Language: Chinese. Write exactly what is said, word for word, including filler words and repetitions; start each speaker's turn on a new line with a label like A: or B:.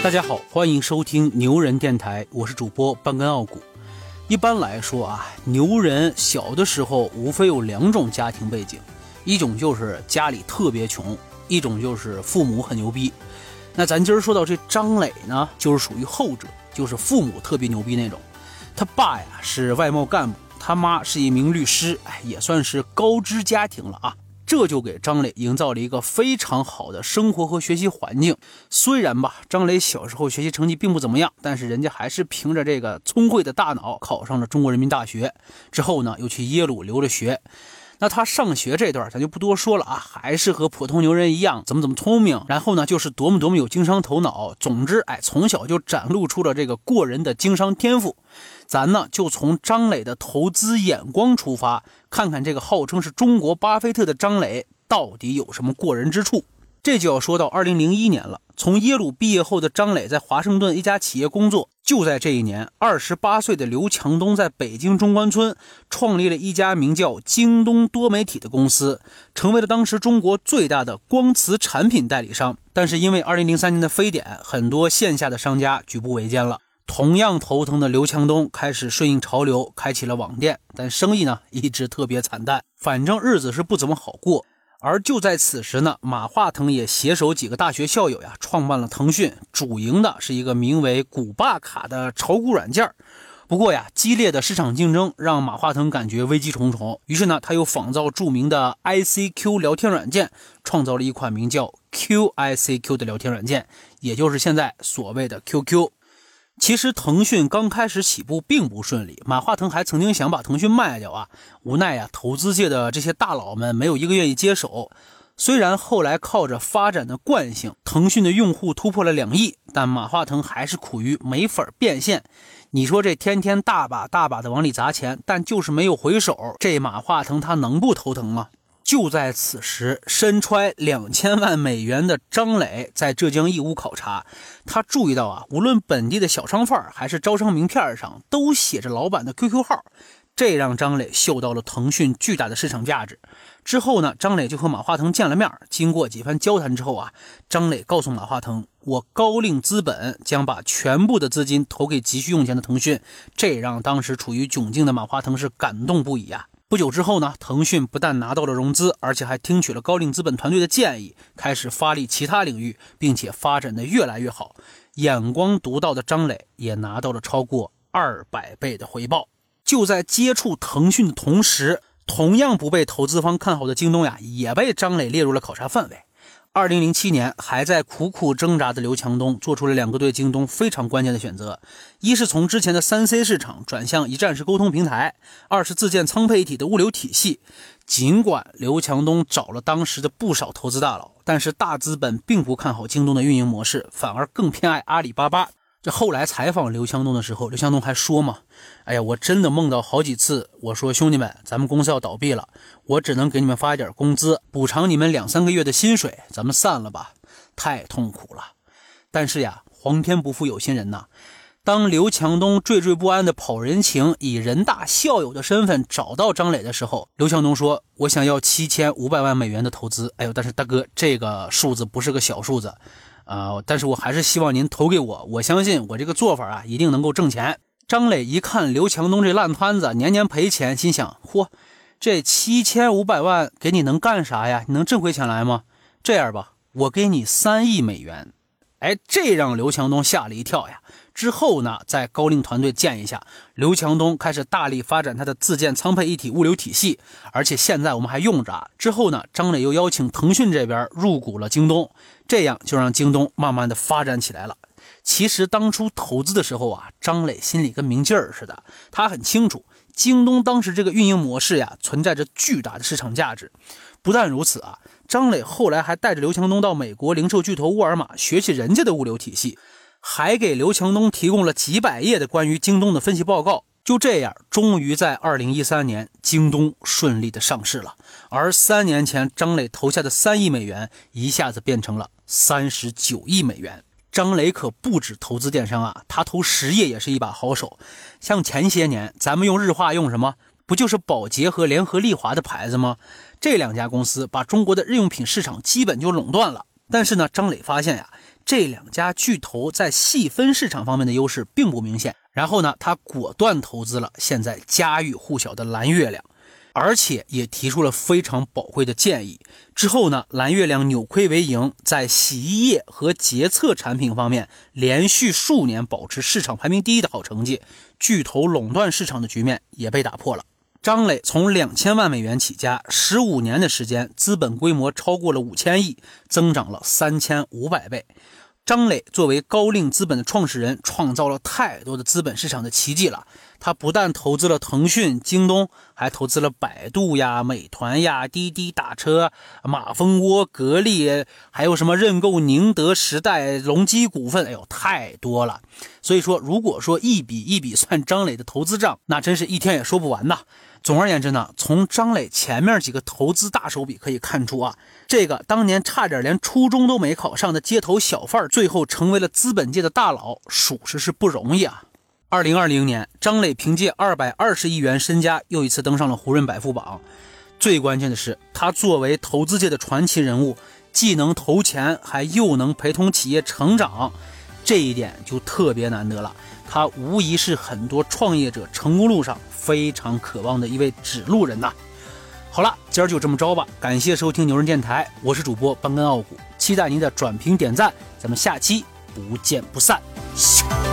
A: 大家好，欢迎收听牛人电台，我是主播半根傲骨。一般来说啊，牛人小的时候无非有两种家庭背景，一种就是家里特别穷，一种就是父母很牛逼。那咱今儿说到这张磊呢，就是属于后者，就是父母特别牛逼那种。他爸呀是外贸干部，他妈是一名律师，哎，也算是高知家庭了啊。这就给张磊营造了一个非常好的生活和学习环境。虽然吧，张磊小时候学习成绩并不怎么样，但是人家还是凭着这个聪慧的大脑考上了中国人民大学，之后呢又去耶鲁留了学。那他上学这段咱就不多说了啊，还是和普通牛人一样，怎么怎么聪明，然后呢就是多么多么有经商头脑。总之，哎，从小就展露出了这个过人的经商天赋。咱呢就从张磊的投资眼光出发，看看这个号称是中国巴菲特的张磊到底有什么过人之处。这就要说到二零零一年了，从耶鲁毕业后的张磊在华盛顿一家企业工作。就在这一年，二十八岁的刘强东在北京中关村创立了一家名叫京东多媒体的公司，成为了当时中国最大的光磁产品代理商。但是因为二零零三年的非典，很多线下的商家举步维艰了。同样头疼的刘强东开始顺应潮流，开启了网店，但生意呢一直特别惨淡，反正日子是不怎么好过。而就在此时呢，马化腾也携手几个大学校友呀，创办了腾讯，主营的是一个名为古巴卡的炒股软件。不过呀，激烈的市场竞争让马化腾感觉危机重重，于是呢，他又仿造著名的 I C Q 聊天软件，创造了一款名叫 Q I C Q 的聊天软件，也就是现在所谓的 Q Q。其实腾讯刚开始起步并不顺利，马化腾还曾经想把腾讯卖掉啊，无奈呀，投资界的这些大佬们没有一个愿意接手。虽然后来靠着发展的惯性，腾讯的用户突破了两亿，但马化腾还是苦于没法变现。你说这天天大把大把的往里砸钱，但就是没有回手，这马化腾他能不头疼吗？就在此时，身揣两千万美元的张磊在浙江义乌考察，他注意到啊，无论本地的小商贩还是招商名片上都写着老板的 Q Q 号，这让张磊嗅到了腾讯巨大的市场价值。之后呢，张磊就和马化腾见了面，经过几番交谈之后啊，张磊告诉马化腾，我高瓴资本将把全部的资金投给急需用钱的腾讯，这让当时处于窘境的马化腾是感动不已啊。不久之后呢，腾讯不但拿到了融资，而且还听取了高瓴资本团队的建议，开始发力其他领域，并且发展的越来越好。眼光独到的张磊也拿到了超过二百倍的回报。就在接触腾讯的同时，同样不被投资方看好的京东呀，也被张磊列入了考察范围。二零零七年，还在苦苦挣扎的刘强东做出了两个对京东非常关键的选择：一是从之前的 三 C 市场转向一站式沟通平台，二是自建仓配一体的物流体系。尽管刘强东找了当时的不少投资大佬，但是大资本并不看好京东的运营模式，反而更偏爱阿里巴巴。这后来采访刘强东的时候，刘强东还说嘛，哎呀，我真的梦到好几次，我说兄弟们，咱们公司要倒闭了，我只能给你们发一点工资，补偿你们两三个月的薪水，咱们散了吧，太痛苦了。但是呀，皇天不负有心人呐，当刘强东惴惴不安的跑人情，以人大校友的身份找到张磊的时候，刘强东说，我想要七千五百万美元的投资。哎呦，但是大哥，这个数字不是个小数字呃，但是我还是希望您投给我，我相信我这个做法啊，一定能够挣钱。张磊一看刘强东这烂摊子，年年赔钱，心想，嚯，这七千五百万给你能干啥呀？你能挣回钱来吗？这样吧，我给你三亿美元。哎，这让刘强东吓了一跳呀。之后呢，在高瓴团队建议下，刘强东开始大力发展他的自建仓配一体物流体系，而且现在我们还用着。之后呢，张磊又邀请腾讯这边入股了京东，这样就让京东慢慢的发展起来了。其实当初投资的时候啊，张磊心里跟明镜儿似的，他很清楚京东当时这个运营模式呀，存在着巨大的市场价值。不但如此啊，张磊后来还带着刘强东到美国零售巨头沃尔玛学习人家的物流体系，还给刘强东提供了几百页的关于京东的分析报告。就这样，终于在二零一三年，京东顺利的上市了。而三年前张磊投下的三亿美元，一下子变成了三十九亿美元。张磊可不止投资电商啊，他投实业也是一把好手。像前些年咱们用日化用什么，不就是宝洁和联合利华的牌子吗？这两家公司把中国的日用品市场基本就垄断了。但是呢，张磊发现呀， 这两家巨头在细分市场方面的优势并不明显。然后呢，他果断投资了现在家喻户晓的蓝月亮，而且也提出了非常宝贵的建议。之后呢，蓝月亮扭亏为盈，在洗衣液和洁厕产品方面连续数年保持市场排名第一的好成绩，巨头垄断市场的局面也被打破了。张磊从两千万美元起家，十五年的时间，资本规模超过了五千亿，增长了三千五百倍。张磊作为高瓴资本的创始人，创造了太多的资本市场的奇迹了。他不但投资了腾讯、京东，还投资了百度呀、美团呀、滴滴打车、马蜂窝、格力，还有什么认购宁德时代、隆基股份，哎呦，太多了。所以说，如果说一笔一笔算张磊的投资账，那真是一天也说不完呐。总而言之呢，从张磊前面几个投资大手笔可以看出啊，这个当年差点连初中都没考上的街头小贩，最后成为了资本界的大佬，属实是不容易啊。二零二零年，张磊凭借二百二十亿元身家又一次登上了胡润百富榜。最关键的是，他作为投资界的传奇人物，既能投钱，还又能陪同企业成长，这一点就特别难得了。他无疑是很多创业者成功路上非常渴望的一位指路人呐。好了，今儿就这么着吧，感谢收听牛人电台，我是主播班根傲骨，期待您的转评点赞，咱们下期不见不散。